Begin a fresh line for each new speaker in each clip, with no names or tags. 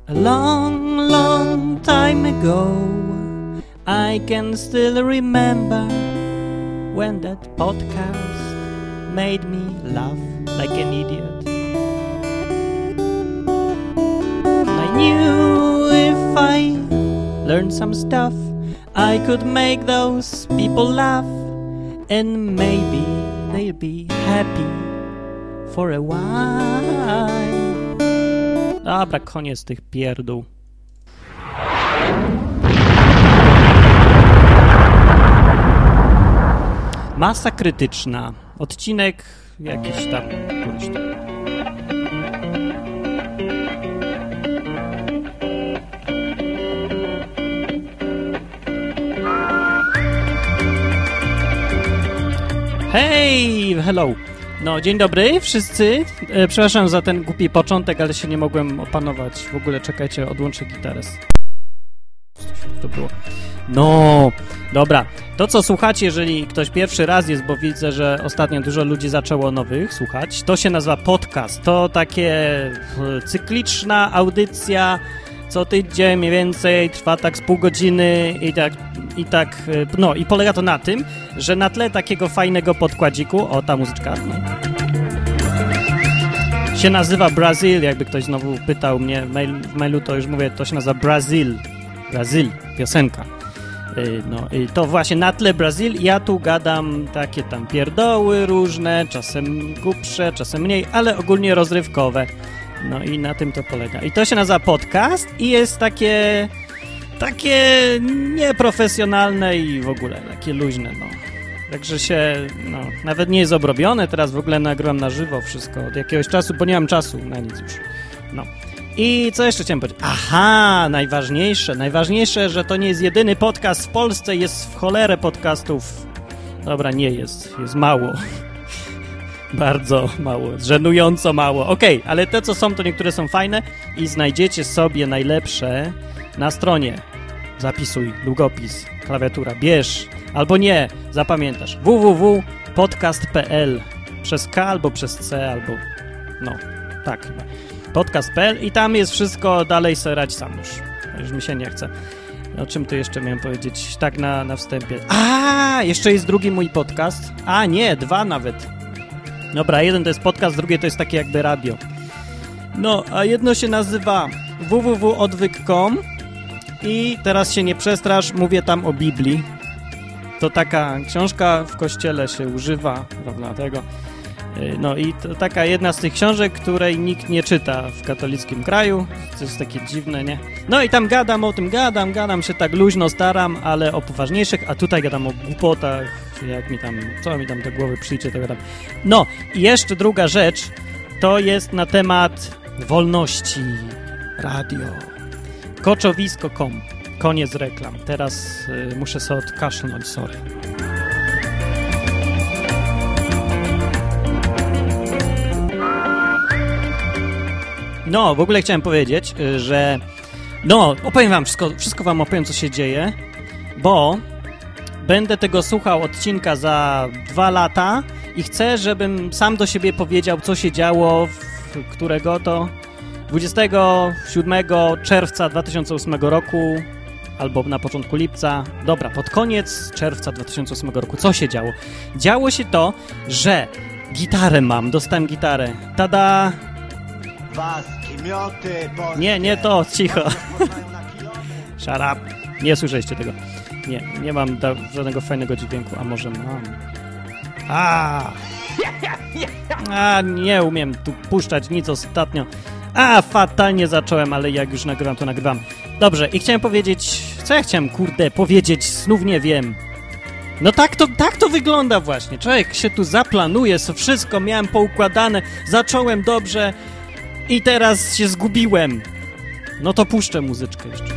A long, long time ago, I can still remember when that podcast made me laugh like an idiot. And I knew if I learned some stuff, I could make those people laugh, and maybe they'll be happy for a while. Dobra, koniec tych pierdół. Masa krytyczna. Odcinek jakiś tam. Hej, hello. No, dzień dobry wszyscy. Przepraszam za ten głupi początek, ale się nie mogłem opanować. W ogóle czekajcie, odłączę gitarę. To było. No, dobra. To, co słuchacie, jeżeli ktoś pierwszy raz jest, bo widzę, że ostatnio dużo ludzi zaczęło nowych słuchać, to się nazywa podcast. To takie cykliczna audycja, co tydzień mniej więcej, trwa tak z pół godziny i polega to na tym, że na tle takiego fajnego podkładziku, o, ta muzyczka, no, się nazywa Brazil, jakby ktoś znowu pytał mnie w mailu, to już mówię, to się nazywa Brazil, piosenka. No i to właśnie na tle Brazil, ja tu gadam takie tam pierdoły różne, czasem głupsze, czasem mniej, ale ogólnie rozrywkowe. No i na tym to polega. I to się nazywa podcast i jest takie nieprofesjonalne i w ogóle takie luźne, no. Także się, no, nawet nie jest obrobione, teraz w ogóle nagrywam na żywo wszystko od jakiegoś czasu, bo nie mam czasu na nic już. No. I co jeszcze chciałem powiedzieć? Aha, najważniejsze, że to nie jest jedyny podcast w Polsce, jest w cholerę podcastów. Dobra, nie jest mało. Bardzo mało, żenująco mało. Okej, ale te co są, to niektóre są fajne i znajdziecie sobie najlepsze na stronie. Zapisuj, długopis, klawiatura, bierz, albo nie, zapamiętasz. www.podcast.pl przez K albo przez C, albo no, tak chyba. Podcast.pl i tam jest wszystko, dalej serać sam już mi się nie chce. O czym tu jeszcze miałem powiedzieć tak na wstępie? Jeszcze jest drugi mój podcast. Nie, dwa nawet. Dobra, jeden to jest podcast, drugie to jest takie jakby radio. No, a jedno się nazywa www.odwyk.com i teraz się nie przestrasz, mówię tam o Biblii. To taka książka w kościele się używa, prawda, tego. No i to taka jedna z tych książek, której nikt nie czyta w katolickim kraju. To jest takie dziwne, nie? No i tam gadam o tym, gadam się tak luźno staram, ale o poważniejszych, a tutaj gadam o głupotach, co mi tam do głowy przyjdzie, to gadam. No i jeszcze druga rzecz, to jest na temat wolności. Radio. Koczowisko.com. Koniec reklam. Teraz muszę sobie odkaszlnąć, sorry. No, w ogóle chciałem powiedzieć, że opowiem wam wszystko wam opowiem, co się dzieje, bo będę tego słuchał odcinka za 2 lata i chcę, żebym sam do siebie powiedział, co się działo, którego to 27 czerwca 2008 roku, albo na początku lipca, dobra, pod koniec czerwca 2008 roku, co się działo? Działo się to, że gitarę dostałem gitarę, tada! Nie to, cicho. Shut up. Nie słyszeliście tego. Nie mam żadnego fajnego dźwięku, a może mam. Nie umiem tu puszczać nic ostatnio. Fatalnie zacząłem, ale jak już nagrywam, to nagrywam. Dobrze, i chciałem powiedzieć... Co ja chciałem, powiedzieć? Znów nie wiem. No tak to wygląda właśnie. Człowiek się tu zaplanuje, wszystko miałem poukładane, zacząłem dobrze... I teraz się zgubiłem. No to puszczę muzyczkę jeszcze.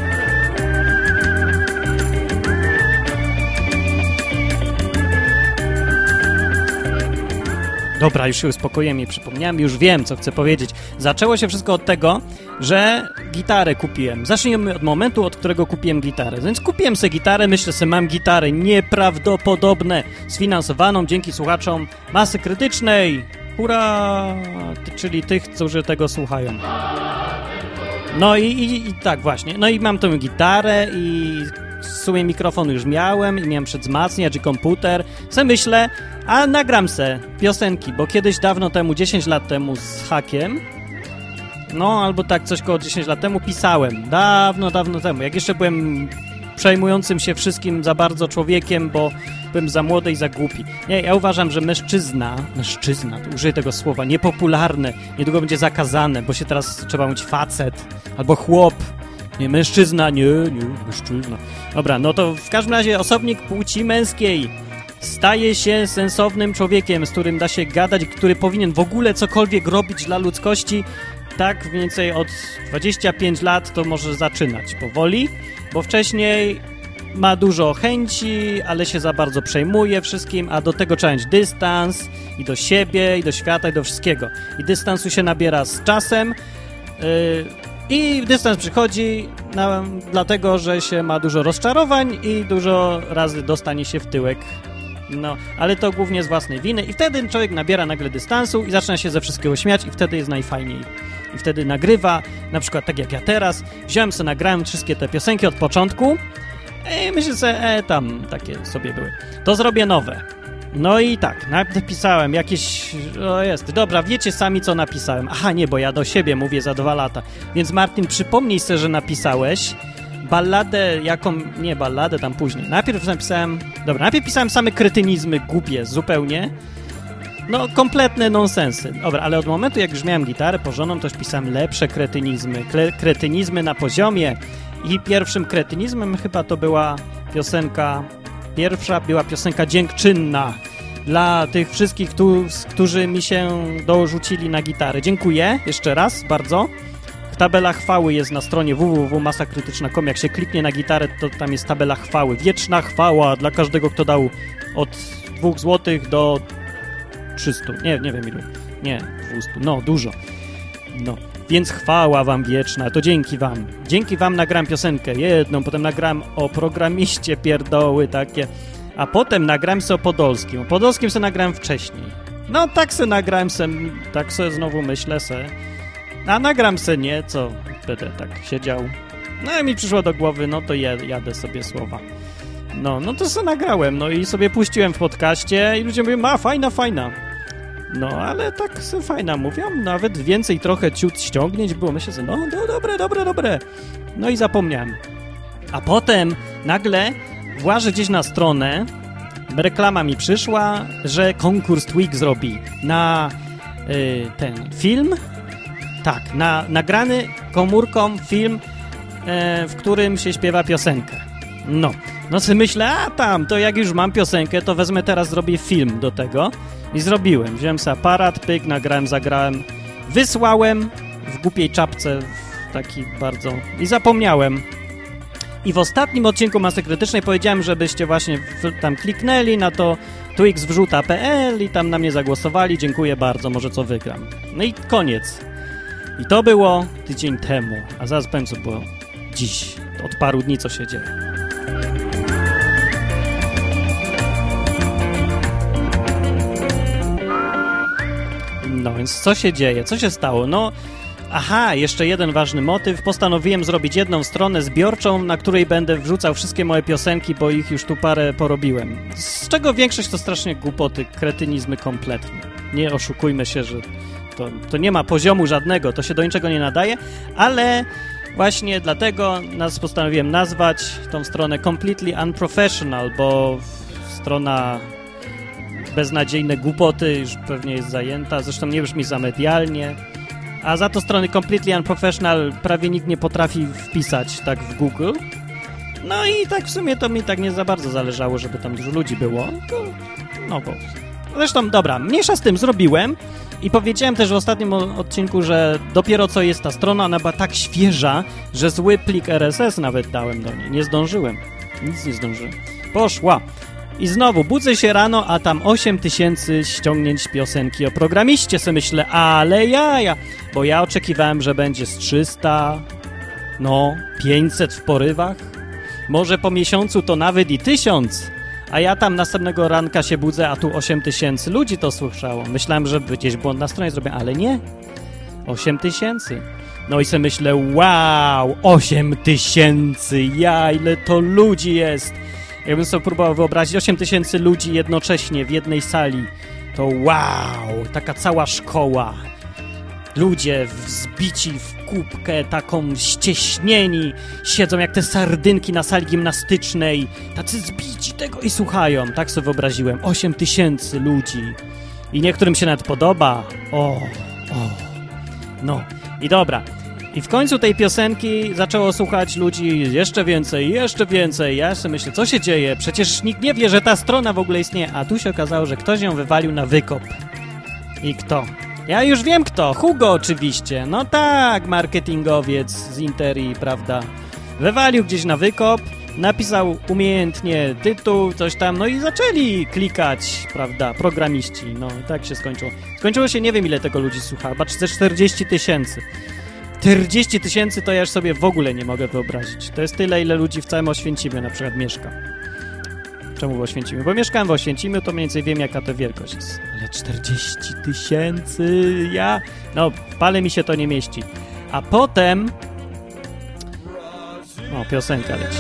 Dobra, już się uspokoiłem i przypomniałem, już wiem, co chcę powiedzieć. Zaczęło się wszystko od tego, że gitarę kupiłem. Zacznijmy od momentu, od którego kupiłem gitarę. Więc kupiłem sobie gitarę, myślę sobie, mam gitarę nieprawdopodobne, sfinansowaną dzięki słuchaczom Masy Krytycznej. Hurra! Czyli tych, którzy tego słuchają. No i tak właśnie. No i mam tą gitarę i w sumie mikrofon już miałem i miałem przedwzmacniacz i komputer. Se myślę, a nagram se piosenki, bo kiedyś dawno temu, 10 lat temu z hakiem, no albo tak coś koło 10 lat temu pisałem. Dawno temu. Jak jeszcze byłem przejmującym się wszystkim za bardzo człowiekiem, bo byłem za młody i za głupi. Nie, ja uważam, że mężczyzna, to użyję tego słowa, niepopularne, niedługo będzie zakazane, bo się teraz trzeba mówić facet albo chłop. Nie, mężczyzna, nie, mężczyzna. Dobra, no to w każdym razie osobnik płci męskiej staje się sensownym człowiekiem, z którym da się gadać, który powinien w ogóle cokolwiek robić dla ludzkości. Tak mniej więcej od 25 lat to może zaczynać powoli, bo wcześniej ma dużo chęci, ale się za bardzo przejmuje wszystkim, a do tego trzeba mieć dystans i do siebie, i do świata, i do wszystkiego. I dystansu się nabiera z czasem i dystans przychodzi dlatego, że się ma dużo rozczarowań i dużo razy dostanie się w tyłek. No, ale to głównie z własnej winy i wtedy człowiek nabiera nagle dystansu i zaczyna się ze wszystkiego śmiać i wtedy jest najfajniej. I wtedy nagrywa, na przykład tak jak ja teraz, wziąłem sobie, nagrałem wszystkie te piosenki od początku i myślę sobie, tam takie sobie były. To zrobię nowe. No i tak, napisałem jakieś, dobra, wiecie sami co napisałem. Aha, nie, bo ja do siebie mówię za 2 lata. Więc Martin, przypomnij sobie, że napisałeś balladę, nie balladę, tam później. Najpierw pisałem same kretynizmy głupie zupełnie. No, kompletne nonsensy. Dobra, ale od momentu, jak już miałem gitarę porządną, to już pisałem lepsze kretynizmy. Kretynizmy na poziomie. I pierwszym kretynizmem chyba to była pierwsza była piosenka dziękczynna dla tych wszystkich, którzy mi się dorzucili na gitarę. Dziękuję jeszcze raz bardzo. Tabela chwały jest na stronie www.masakrytyczna.com. Jak się kliknie na gitarę, to tam jest tabela chwały. Wieczna chwała dla każdego, kto dał od 2 zł do 300. Nie wiem ilu. Nie, 200. No, dużo. No, więc chwała wam wieczna. To dzięki wam. Dzięki wam nagrałem piosenkę jedną, potem nagrałem o programiście pierdoły takie, a potem nagrałem sobie o Podolskim. O Podolskim sobie nagrałem wcześniej. No, tak se nagrałem tak se znowu myślę se. A nagram se nie, co będę tak siedział. No i mi przyszło do głowy, no to jadę sobie słowa. No to se nagrałem, no i sobie puściłem w podcaście i ludzie mówią, fajna. No, ale tak se fajna mówią, nawet więcej trochę ciut ściągnięć było. Myślę sobie, no dobre. No i zapomniałem. A potem nagle włażę gdzieś na stronę, reklama mi przyszła, że konkurs Twig zrobi na ten film. Tak, nagrany komórką film, w którym się śpiewa piosenkę. No sobie myślę, to jak już mam piosenkę, to wezmę teraz, zrobię film do tego. I zrobiłem. Wziąłem sobie aparat, pyk, nagrałem, zagrałem, wysłałem w głupiej czapce, taki bardzo... I zapomniałem. I w ostatnim odcinku Masy Krytycznej powiedziałem, żebyście właśnie tam kliknęli na to twixwrzuta.pl i tam na mnie zagłosowali. Dziękuję bardzo, może co wygram. No i koniec. I to było tydzień temu. A zaraz powiem, co było dziś. Od paru dni, co się dzieje. No więc co się dzieje? Co się stało? Jeszcze jeden ważny motyw. Postanowiłem zrobić jedną stronę zbiorczą, na której będę wrzucał wszystkie moje piosenki, bo ich już tu parę porobiłem. Z czego większość to strasznie głupoty, kretynizmy kompletnie. Nie oszukujmy się, że to nie ma poziomu żadnego, to się do niczego nie nadaje, ale właśnie dlatego postanowiłem nazwać tą stronę Completely Unprofessional, bo strona beznadziejne głupoty już pewnie jest zajęta, zresztą nie brzmi za medialnie, a za to strony Completely Unprofessional prawie nikt nie potrafi wpisać tak w Google. No i tak w sumie to mi tak nie za bardzo zależało, żeby tam dużo ludzi było. Bo zresztą, dobra, mniejsza z tym, zrobiłem i powiedziałem też w ostatnim odcinku, że dopiero co jest ta strona, ona była tak świeża, że zły plik RSS nawet dałem do niej. Nie zdążyłem. Nic nie zdążyłem. Poszła. I znowu budzę się rano, a tam 8000 ściągnięć piosenki o programiście. Se myślę, ale jaja, bo ja oczekiwałem, że będzie z 300, 500 w porywach. Może po miesiącu to nawet i 1000. A ja tam następnego ranka się budzę, a tu 8000 ludzi to słyszało. Myślałem, że gdzieś błąd na stronie zrobię, ale nie. 8000. No i sobie myślę, wow, 8000, ile to ludzi jest. Jakbym sobie próbował wyobrazić 8000 ludzi jednocześnie w jednej sali, to wow, taka cała szkoła. Ludzie zbici w kubkę, taką ścieśnieni, siedzą jak te sardynki na sali gimnastycznej, tacy zbici tego i słuchają. Tak sobie wyobraziłem, 8000 ludzi. I niektórym się nawet podoba. No i dobra. I w końcu tej piosenki zaczęło słuchać ludzi jeszcze więcej. Ja sobie myślę, co się dzieje? Przecież nikt nie wie, że ta strona w ogóle istnieje. A tu się okazało, że ktoś ją wywalił na wykop. I kto? Ja już wiem kto. Hugo oczywiście. No tak, marketingowiec z Interii, prawda? Wywalił gdzieś na wykop, napisał umiejętnie tytuł, coś tam, no i zaczęli klikać, prawda, programiści. No i tak się skończyło. Skończyło się, nie wiem ile tego ludzi słucha, chyba 40 000. 40 000 to ja już sobie w ogóle nie mogę wyobrazić. To jest tyle, ile ludzi w całym Oświęcimiu na przykład mieszka. Czemu w Oświęcimiu? Bo mieszkałem w Oświęcimiu, to mniej więcej wiem, jaka to wielkość jest. Ale 40 000, no, w pale mi się to nie mieści. A potem... O, piosenka leci.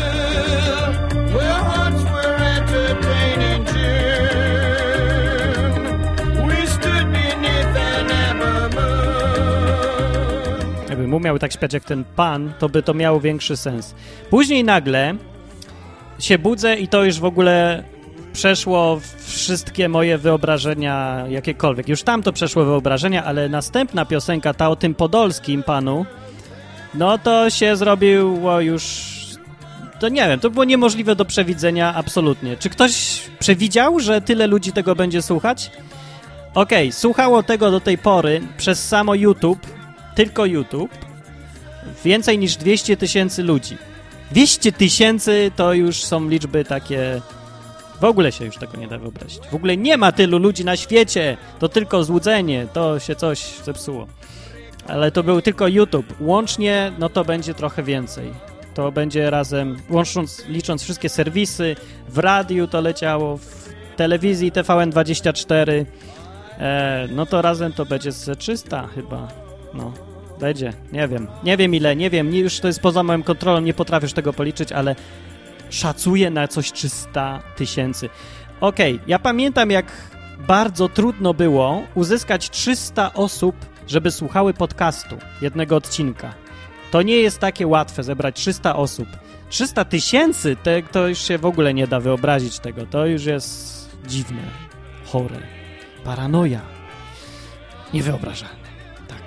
Jakbym umiał tak śpiewać jak ten pan, to by to miało większy sens. Później nagle się budzę i to już w ogóle przeszło wszystkie moje wyobrażenia jakiekolwiek. Już tam to przeszło wyobrażenia, ale następna piosenka, ta o tym podolskim panu, no to się zrobiło już... To nie wiem, to było niemożliwe do przewidzenia absolutnie. Czy ktoś przewidział, że tyle ludzi tego będzie słuchać? Okej, słuchało tego do tej pory przez samo YouTube, tylko YouTube, więcej niż 200 000 ludzi. 200 000 to już są liczby takie... W ogóle się już tego nie da wyobrazić. W ogóle nie ma tylu ludzi na świecie. To tylko złudzenie. To się coś zepsuło. Ale to był tylko YouTube. Łącznie, no to będzie trochę więcej. To będzie razem, licząc wszystkie serwisy, w radiu to leciało, w telewizji TVN24, no to razem to będzie ze 300 chyba. No, będzie. Nie wiem ile, już to jest poza moją kontrolą, nie potrafię już tego policzyć, ale szacuję na coś 300 000. Okej, ja pamiętam, jak bardzo trudno było uzyskać 300 osób, żeby słuchały podcastu, jednego odcinka. To nie jest takie łatwe zebrać 300 osób. 300 000 to już się w ogóle nie da wyobrazić tego. To już jest dziwne, chore, paranoja. Niewyobrażalne. Tak.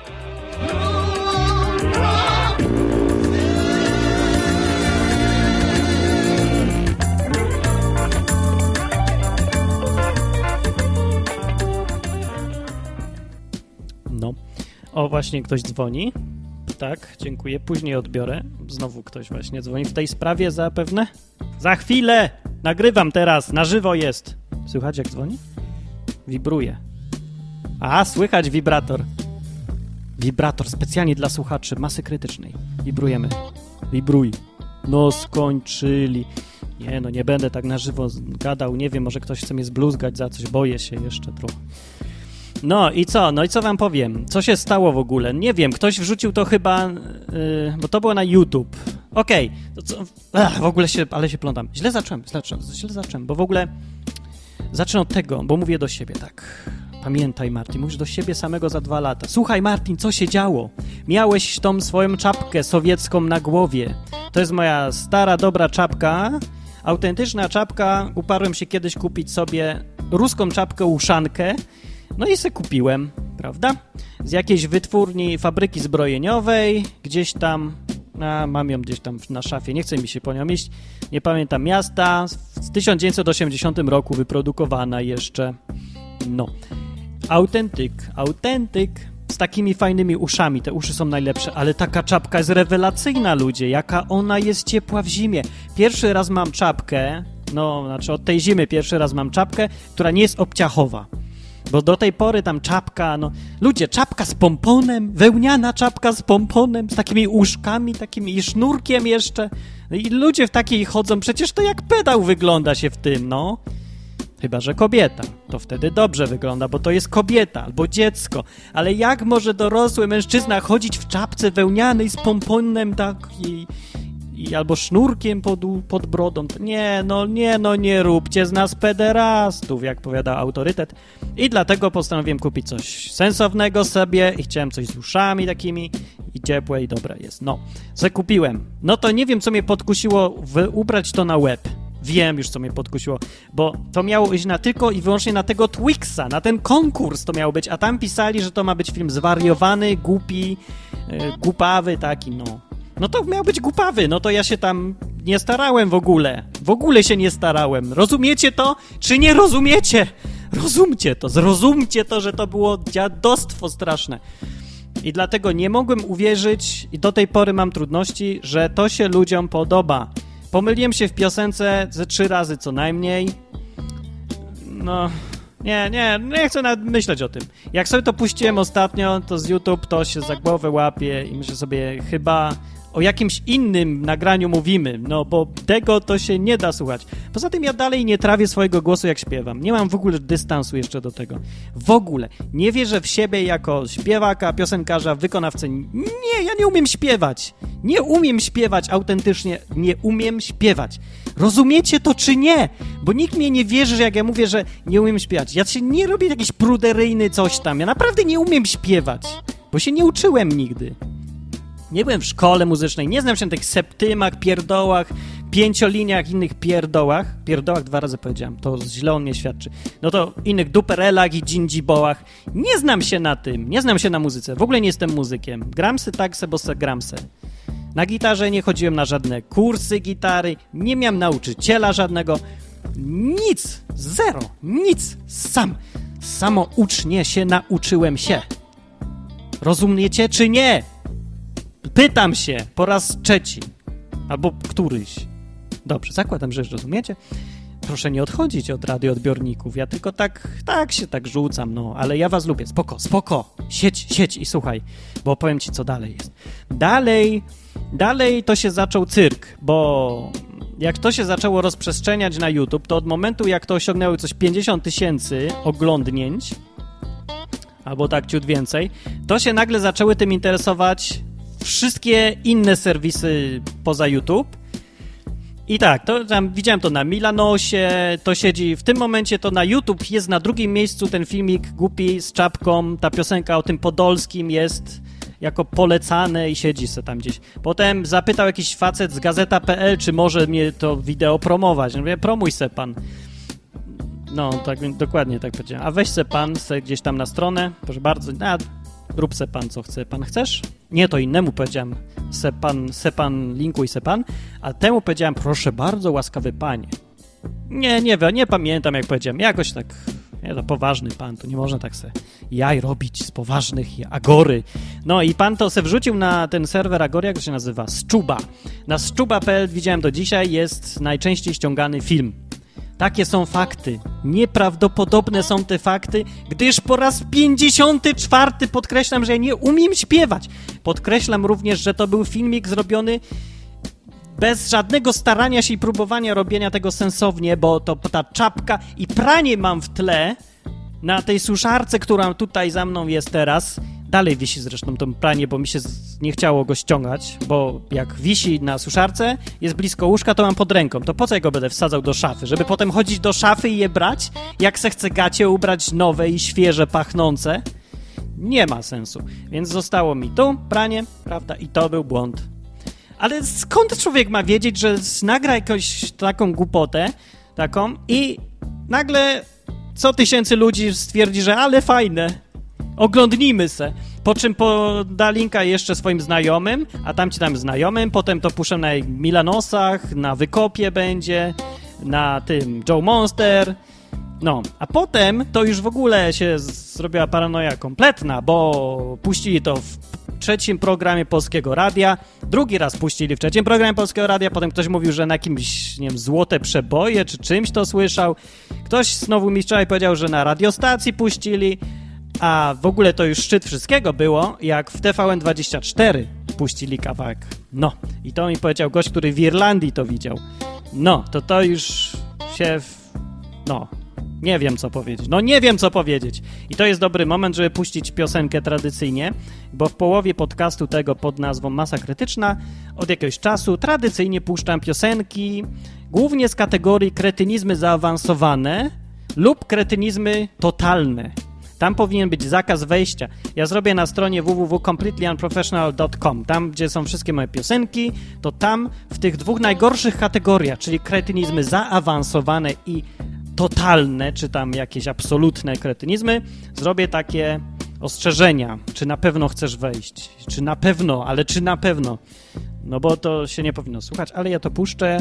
No. O, właśnie ktoś dzwoni. Tak, dziękuję. Później odbiorę. Znowu ktoś właśnie dzwoni w tej sprawie zapewne. Za chwilę! Nagrywam teraz, na żywo jest. Słychać jak dzwoni? Wibruje. A, słychać wibrator. Wibrator specjalnie dla słuchaczy masy krytycznej. Wibrujemy. Wibruj. No skończyli. Nie, no nie będę tak na żywo gadał. Nie wiem, może ktoś chce mnie zbluzgać za coś. Boję się jeszcze trochę. No i co? No i co wam powiem? Co się stało w ogóle? Nie wiem, ktoś wrzucił to chyba, bo to było na YouTube. Okej, to co? W ogóle ale się plątam. Źle zacząłem, bo w ogóle zacznę od tego, bo mówię do siebie tak. Pamiętaj, Martin, mówisz do siebie samego za 2 lata. Słuchaj, Martin, co się działo? Miałeś tą swoją czapkę sowiecką na głowie. To jest moja stara, dobra czapka, autentyczna czapka. Uparłem się kiedyś kupić sobie ruską czapkę uszankę. No i se kupiłem, prawda? Z jakiejś wytwórni, fabryki zbrojeniowej, gdzieś tam, mam ją gdzieś tam na szafie, nie chce mi się po nią iść, nie pamiętam miasta, w 1980 roku wyprodukowana jeszcze, no. Autentyk, z takimi fajnymi uszami, te uszy są najlepsze, ale taka czapka jest rewelacyjna, ludzie, jaka ona jest ciepła w zimie. Pierwszy raz mam czapkę, od tej zimy pierwszy raz mam czapkę, która nie jest obciachowa. Bo do tej pory tam czapka, ludzie, czapka z pomponem, wełniana czapka z pomponem, z takimi uszkami, takimi i sznurkiem jeszcze. I ludzie w takiej chodzą, przecież to jak pedał wygląda się w tym, Chyba że kobieta. To wtedy dobrze wygląda, bo to jest kobieta albo dziecko. Ale jak może dorosły mężczyzna chodzić w czapce wełnianej z pomponem takiej i albo sznurkiem pod brodą? Nie róbcie z nas pederastów, jak powiada autorytet. I dlatego postanowiłem kupić coś sensownego sobie i chciałem coś z uszami takimi i ciepłe i dobre jest. Zakupiłem. To nie wiem, co mnie podkusiło ubrać to na łeb. Wiem już, co mnie podkusiło, bo to miało iść tylko i wyłącznie na tego Twixa, na ten konkurs to miało być, a tam pisali, że to ma być film zwariowany, głupi, głupawy taki, No to miał być głupawy, to ja się tam nie starałem w ogóle. W ogóle się nie starałem. Rozumiecie to, czy nie rozumiecie? Zrozumcie to, że to było dziadostwo straszne. I dlatego nie mogłem uwierzyć i do tej pory mam trudności, że to się ludziom podoba. Pomyliłem się w piosence ze 3 razy co najmniej. Nie chcę nawet myśleć o tym. Jak sobie to puściłem ostatnio, to z YouTube to się za głowę łapie i myślę sobie, chyba o jakimś innym nagraniu mówimy, bo tego to się nie da słuchać. Poza tym ja dalej nie trawię swojego głosu, jak śpiewam. Nie mam w ogóle dystansu jeszcze do tego. W ogóle. Nie wierzę w siebie jako śpiewaka, piosenkarza, wykonawcę. Nie, ja nie umiem śpiewać. Nie umiem śpiewać autentycznie. Nie umiem śpiewać. Rozumiecie to, czy nie? Bo nikt mnie nie wierzy, że jak ja mówię, że nie umiem śpiewać. Ja się nie robię jakiś pruderyjny coś tam. Ja naprawdę nie umiem śpiewać, bo się nie uczyłem nigdy. Nie byłem w szkole muzycznej, nie znam się na tych septymach, pierdołach, 5-liniach, innych pierdołach. Pierdołach 2 razy powiedziałem, to źle on mnie świadczy. To innych duperelach i dżindzibołach. Nie znam się na tym, nie znam się na muzyce. W ogóle nie jestem muzykiem. Gram se tak se, bo se gram se. Na gitarze nie chodziłem na żadne kursy gitary, nie miałem nauczyciela żadnego. Nic, zero, nic, samoucznie się nauczyłem się. Rozumiecie czy nie? Pytam się po raz 3. Albo któryś. Dobrze, zakładam, że rozumiecie. Proszę nie odchodzić od radioodbiorników. Ja tylko tak się rzucam, ale ja was lubię. Spoko. Siedź i słuchaj, bo opowiem ci, co dalej jest. Dalej to się zaczął cyrk, bo jak to się zaczęło rozprzestrzeniać na YouTube, to od momentu, jak to osiągnęło coś 50 000 oglądnięć, albo tak ciut więcej, to się nagle zaczęły tym interesować wszystkie inne serwisy poza YouTube. I tak, to tam widziałem to na Milanosie, to siedzi, w tym momencie to na YouTube jest na drugim miejscu ten filmik głupi z czapką, ta piosenka o tym podolskim jest jako polecane i siedzi se tam gdzieś. Potem zapytał jakiś facet z gazeta.pl, czy może mnie to wideo promować. Ja mówię, promuj se pan. Tak, dokładnie tak powiedziałem. A weź se pan gdzieś tam na stronę, proszę bardzo, rób se pan, co chce. Pan chcesz? Nie, to innemu powiedziałem, se pan, linkuj se pan, a temu powiedziałem, proszę bardzo, łaskawy panie. Nie pamiętam, jak powiedziałem, jakoś tak, to poważny pan, to nie można tak se jaj robić z poważnych agory. I pan to se wrzucił na ten serwer Agory, jak to się nazywa? Szczuba. Na szczuba.pl widziałem do dzisiaj, jest najczęściej ściągany film. Takie są fakty. Nieprawdopodobne są te fakty, gdyż po raz 54 podkreślam, że ja nie umiem śpiewać. Podkreślam również, że to był filmik zrobiony bez żadnego starania się i próbowania robienia tego sensownie, bo to ta czapka i pranie mam w tle na tej suszarce, która tutaj za mną jest teraz. Dalej wisi zresztą to pranie, bo mi się nie chciało go ściągać, bo jak wisi na suszarce, jest blisko łóżka, to mam pod ręką. To po co ja go będę wsadzał do szafy? Żeby potem chodzić do szafy i je brać? Jak se chcę gacie ubrać nowe i świeże, pachnące? Nie ma sensu. Więc zostało mi tu pranie, prawda? I to był błąd. Ale skąd człowiek ma wiedzieć, że nagra jakąś taką głupotę, taką i nagle co 1000 ludzi stwierdzi, że ale fajne. Oglądnijmy se. Po czym poda linka jeszcze swoim znajomym, a tamci tam znajomym, potem to puszczę na Milanosach, na Wykopie będzie, na tym Joe Monster. A potem to już w ogóle się zrobiła paranoja kompletna, bo puścili to w 3. programie Polskiego Radia, drugi raz puścili w 3. programie Polskiego Radia, potem ktoś mówił, że na jakimś, nie wiem, Złote Przeboje czy czymś to słyszał. Ktoś znowu mi wczoraj powiedział, że na radiostacji puścili. A w ogóle to już szczyt wszystkiego było, jak w TVN24 puścili kawałek. I to mi powiedział gość, który w Irlandii to widział. To już się... Nie wiem, co powiedzieć. No nie wiem, co powiedzieć. I to jest dobry moment, żeby puścić piosenkę tradycyjnie, bo w połowie podcastu tego pod nazwą Masa Krytyczna od jakiegoś czasu tradycyjnie puszczam piosenki głównie z kategorii kretynizmy zaawansowane lub kretynizmy totalne. Tam powinien być zakaz wejścia. Ja zrobię na stronie www.completelyunprofessional.com. Tam, gdzie są wszystkie moje piosenki, to tam w tych dwóch najgorszych kategoriach, czyli kretynizmy zaawansowane i totalne, czy tam jakieś absolutne kretynizmy, zrobię takie ostrzeżenia. Czy na pewno chcesz wejść? Czy na pewno? Ale czy na pewno? No bo to się nie powinno słuchać, ale ja to puszczę,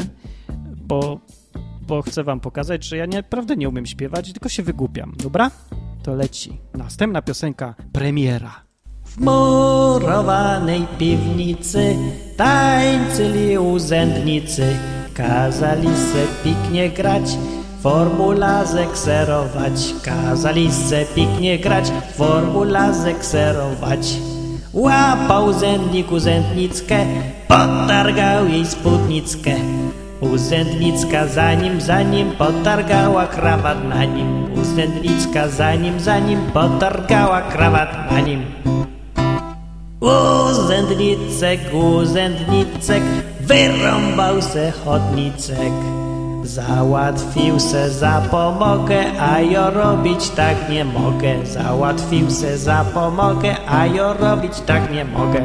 bo chcę wam pokazać, że ja naprawdę nie umiem śpiewać, tylko się wygłupiam. Dobra? To leci. Następna piosenka, premiera. W murowanej piwnicy tańczyli urzędnicy, kazali se piknie grać, formularze kserować, kazali se piknie grać, formularze kserować. Łapał urzędnik urzędnickę, potargał jej spódnickę. Urzędnicka za nim potargała krawat na nim. Urzędnicka za nim potargała krawat na nim. Urzędnicek, wyrąbał se chodnicek. Załatwił se zapomogę, a ja robić tak nie mogę. Załatwił se zapomogę, a ja robić tak nie mogę.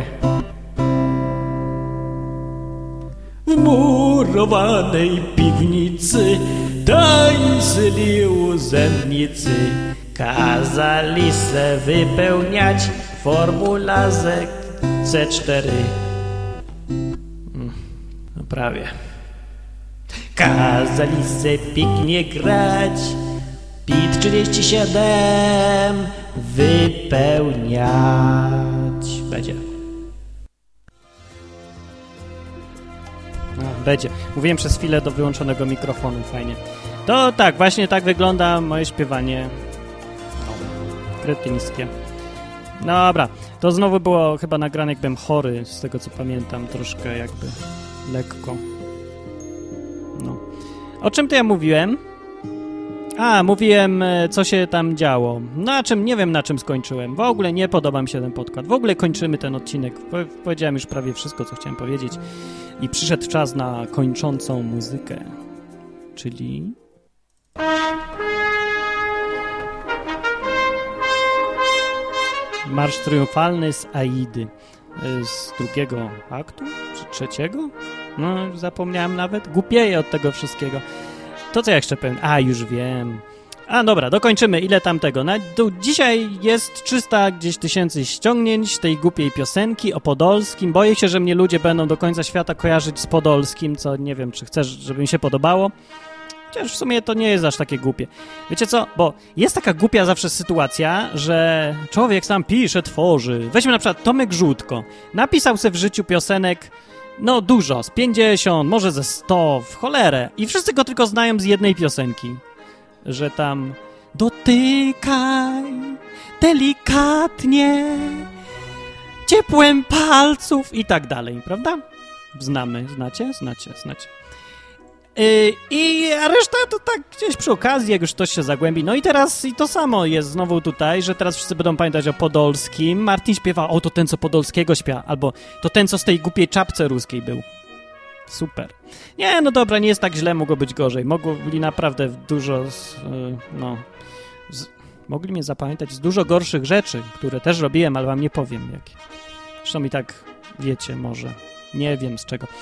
W murowanej piwnicy tańczyli urzędnicy, kazali se wypełniać formularze C4. No prawie. Kazali se piknie grać, PIT 37 wypełniać. Będzie. No, będzie. Mówiłem przez chwilę do wyłączonego mikrofonu, fajnie. To tak, właśnie tak wygląda moje śpiewanie. Kretyńskie. Dobra, to znowu było chyba nagrane, jak byłem chory, z tego co pamiętam, troszkę jakby lekko. No. O czym to ja mówiłem? Mówiłem, co się tam działo. Nie wiem, na czym skończyłem. W ogóle nie podoba mi się ten podcast. W ogóle kończymy ten odcinek. Powiedziałem już prawie wszystko, co chciałem powiedzieć. I przyszedł czas na kończącą muzykę. Czyli... Marsz triumfalny z Aidy. Z drugiego aktu? Czy trzeciego? No, zapomniałem nawet. Głupieję od tego wszystkiego. To co ja jeszcze powiem? Już wiem. Dobra, dokończymy. Ile tam tego? Dzisiaj jest 300 gdzieś tysięcy ściągnięć tej głupiej piosenki o Podolskim. Boję się, że mnie ludzie będą do końca świata kojarzyć z Podolskim, co nie wiem, czy chcesz, żeby mi się podobało. Chociaż w sumie to nie jest aż takie głupie. Wiecie co? Bo jest taka głupia zawsze sytuacja, że człowiek sam pisze, tworzy. Weźmy na przykład Tomek Żółtko. Napisał sobie w życiu piosenek dużo, z 50, może ze 100, w cholerę. I wszyscy go tylko znają z jednej piosenki. Że tam dotykaj delikatnie ciepłem palców i tak dalej, prawda? Znacie? A reszta to tak gdzieś przy okazji, jak już ktoś się zagłębi. No i teraz i to samo jest znowu tutaj, że teraz wszyscy będą pamiętać o Podolskim. Martin śpiewa, to ten, co Podolskiego śpiewa, albo to ten, co z tej głupiej czapce ruskiej był. Super. Nie, no dobra, nie jest tak źle, mogło być gorzej. Mogli naprawdę dużo, mogli mnie zapamiętać z dużo gorszych rzeczy, które też robiłem, ale wam nie powiem jakie. Zresztą i tak wiecie może. Nie wiem z czego.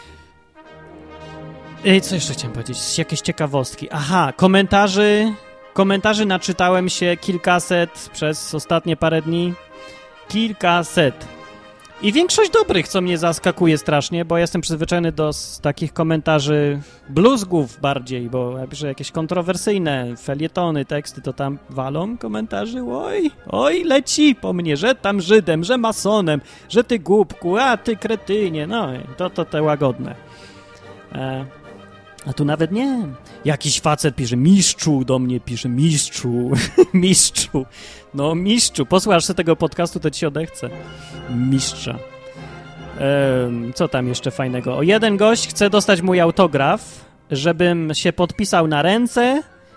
Co jeszcze chciałem powiedzieć? Jakieś ciekawostki. Komentarzy naczytałem się kilkaset przez ostatnie parę dni. Kilkaset. I większość dobrych, co mnie zaskakuje strasznie, bo jestem przyzwyczajony do takich komentarzy bluzgów bardziej, bo ja piszę jakieś kontrowersyjne felietony, teksty, to tam walą komentarzy. Oj, leci po mnie, że tam Żydem, że masonem, że ty głupku, a ty kretynie. No, to te łagodne. A tu nawet nie. Jakiś facet pisze, mistrzu do mnie pisze, mistrzu. No mistrzu, posłuchasz sobie tego podcastu, to ci się odechce. Mistrza. Co tam jeszcze fajnego? Jeden gość chce dostać mój autograf, żebym się podpisał na ręce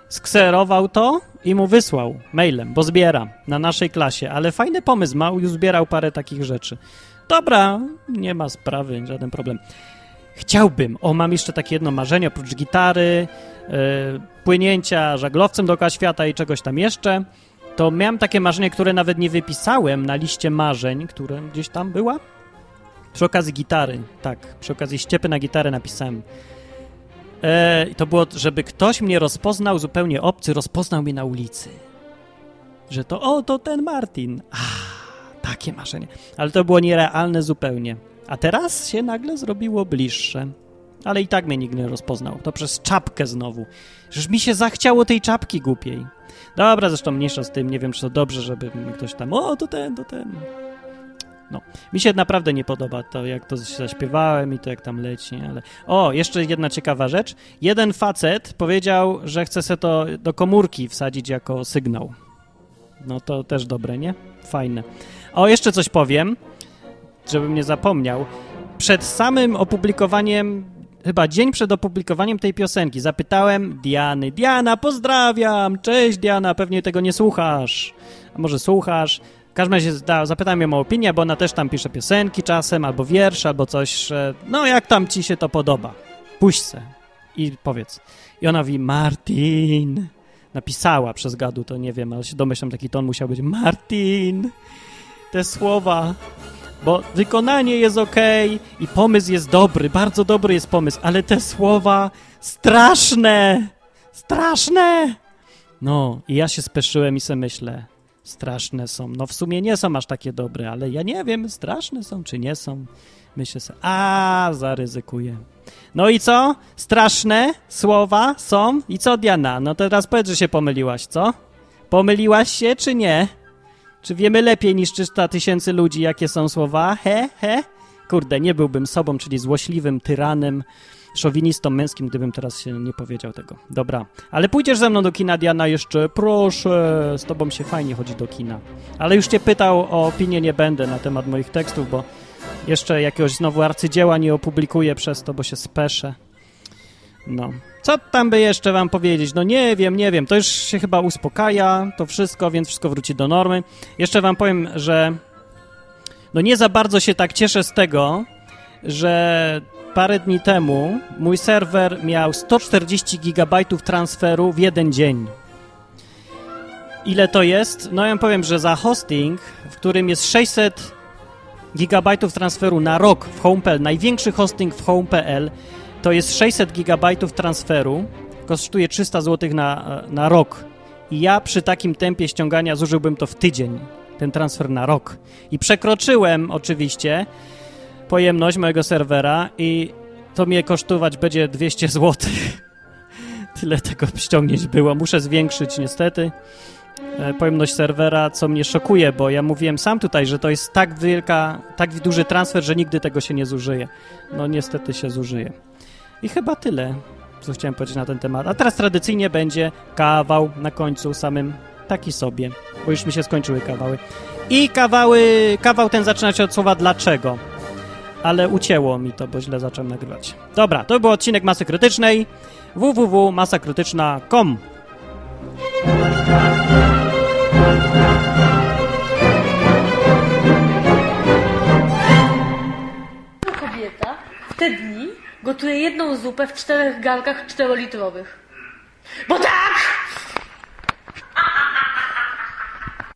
skserował to i mu wysłał mailem, bo zbiera na naszej klasie, ale fajny pomysł ma, już zbierał parę takich rzeczy. Dobra, nie ma sprawy, żaden problem. Chciałbym, mam jeszcze takie jedno marzenie, oprócz gitary, płynięcia żaglowcem dookoła świata i czegoś tam jeszcze, to miałem takie marzenie, które nawet nie wypisałem na liście marzeń, które gdzieś tam była. Przy okazji gitary, tak, przy okazji ściepy na gitarę napisałem. To było, żeby ktoś mnie rozpoznał, zupełnie obcy, rozpoznał mnie na ulicy. Że to ten Martin. Takie marzenie. Ale to było nierealne zupełnie. A teraz się nagle zrobiło bliższe. Ale i tak mnie nikt nie rozpoznał. To przez czapkę znowu. Żeż mi się zachciało tej czapki głupiej. Dobra, zresztą mniejsza z tym. Nie wiem, czy to dobrze, żeby mi ktoś tam... to ten. No. Mi się naprawdę nie podoba to, jak to zaśpiewałem i to, jak tam leci, ale... jeszcze jedna ciekawa rzecz. Jeden facet powiedział, że chce se to do komórki wsadzić jako sygnał. No to też dobre, nie? Fajne. Jeszcze coś powiem, żebym nie zapomniał. Przed samym opublikowaniem, chyba dzień przed opublikowaniem tej piosenki, zapytałem Diany. Diana, pozdrawiam! Cześć, Diana, pewnie tego nie słuchasz. A może słuchasz? W każdym razie zapytałem ją o opinię, bo ona też tam pisze piosenki czasem, albo wiersze, albo coś, że jak tam ci się to podoba? Puść se i powiedz. I ona mówi, Martin... Napisała przez gadu, to nie wiem, ale się domyślam, taki ton musiał być. Martin, te słowa, bo wykonanie jest okej i pomysł jest dobry, bardzo dobry jest pomysł, ale te słowa straszne. No i ja się speszyłem i sobie myślę, straszne są. No w sumie nie są aż takie dobre, ale ja nie wiem, straszne są czy nie są. Myślę sobie, zaryzykuję. No i co? Straszne słowa są. I co, Diana? No teraz powiedz, że się pomyliłaś, co? Pomyliłaś się, czy nie? Czy wiemy lepiej niż 300 000 ludzi, jakie są słowa? Kurde, nie byłbym sobą, czyli złośliwym tyranem, szowinistą męskim, gdybym teraz się nie powiedział tego. Dobra, ale pójdziesz ze mną do kina, Diana, jeszcze? Proszę, z tobą się fajnie chodzi do kina. Ale już cię pytał o opinię nie będę na temat moich tekstów, bo jeszcze jakiegoś znowu arcydzieła nie opublikuję przez to, bo się speszę. No. Co tam by jeszcze wam powiedzieć? No nie wiem. To już się chyba uspokaja, to wszystko, więc wszystko wróci do normy. Jeszcze wam powiem, że nie za bardzo się tak cieszę z tego, że parę dni temu mój serwer miał 140 gigabajtów transferu w jeden dzień. Ile to jest? No ja wam powiem, że za hosting, w którym jest 600 gigabajtów transferu na rok w Home.pl, największy hosting w Home.pl, to jest 600 gigabajtów transferu, kosztuje 300 zł na rok. I ja przy takim tempie ściągania zużyłbym to w tydzień, ten transfer na rok. I przekroczyłem oczywiście pojemność mojego serwera i to mnie kosztować będzie 200 zł. Tyle tego ściągnięć było. Muszę zwiększyć niestety pojemność serwera, co mnie szokuje, bo ja mówiłem sam tutaj, że to jest tak duży transfer, że nigdy tego się nie zużyje. No niestety się zużyje. I chyba tyle, co chciałem powiedzieć na ten temat. A teraz tradycyjnie będzie kawał na końcu samym taki sobie, bo już mi się skończyły kawały. I kawał ten zaczyna się od słowa dlaczego. Ale ucięło mi to, bo źle zacząłem nagrywać. Dobra, to był odcinek Masy Krytycznej. www.masakrytyczna.com.
Kobieta w te dni gotuje jedną zupę w 4 garnkach 4-litrowych. Bo tak!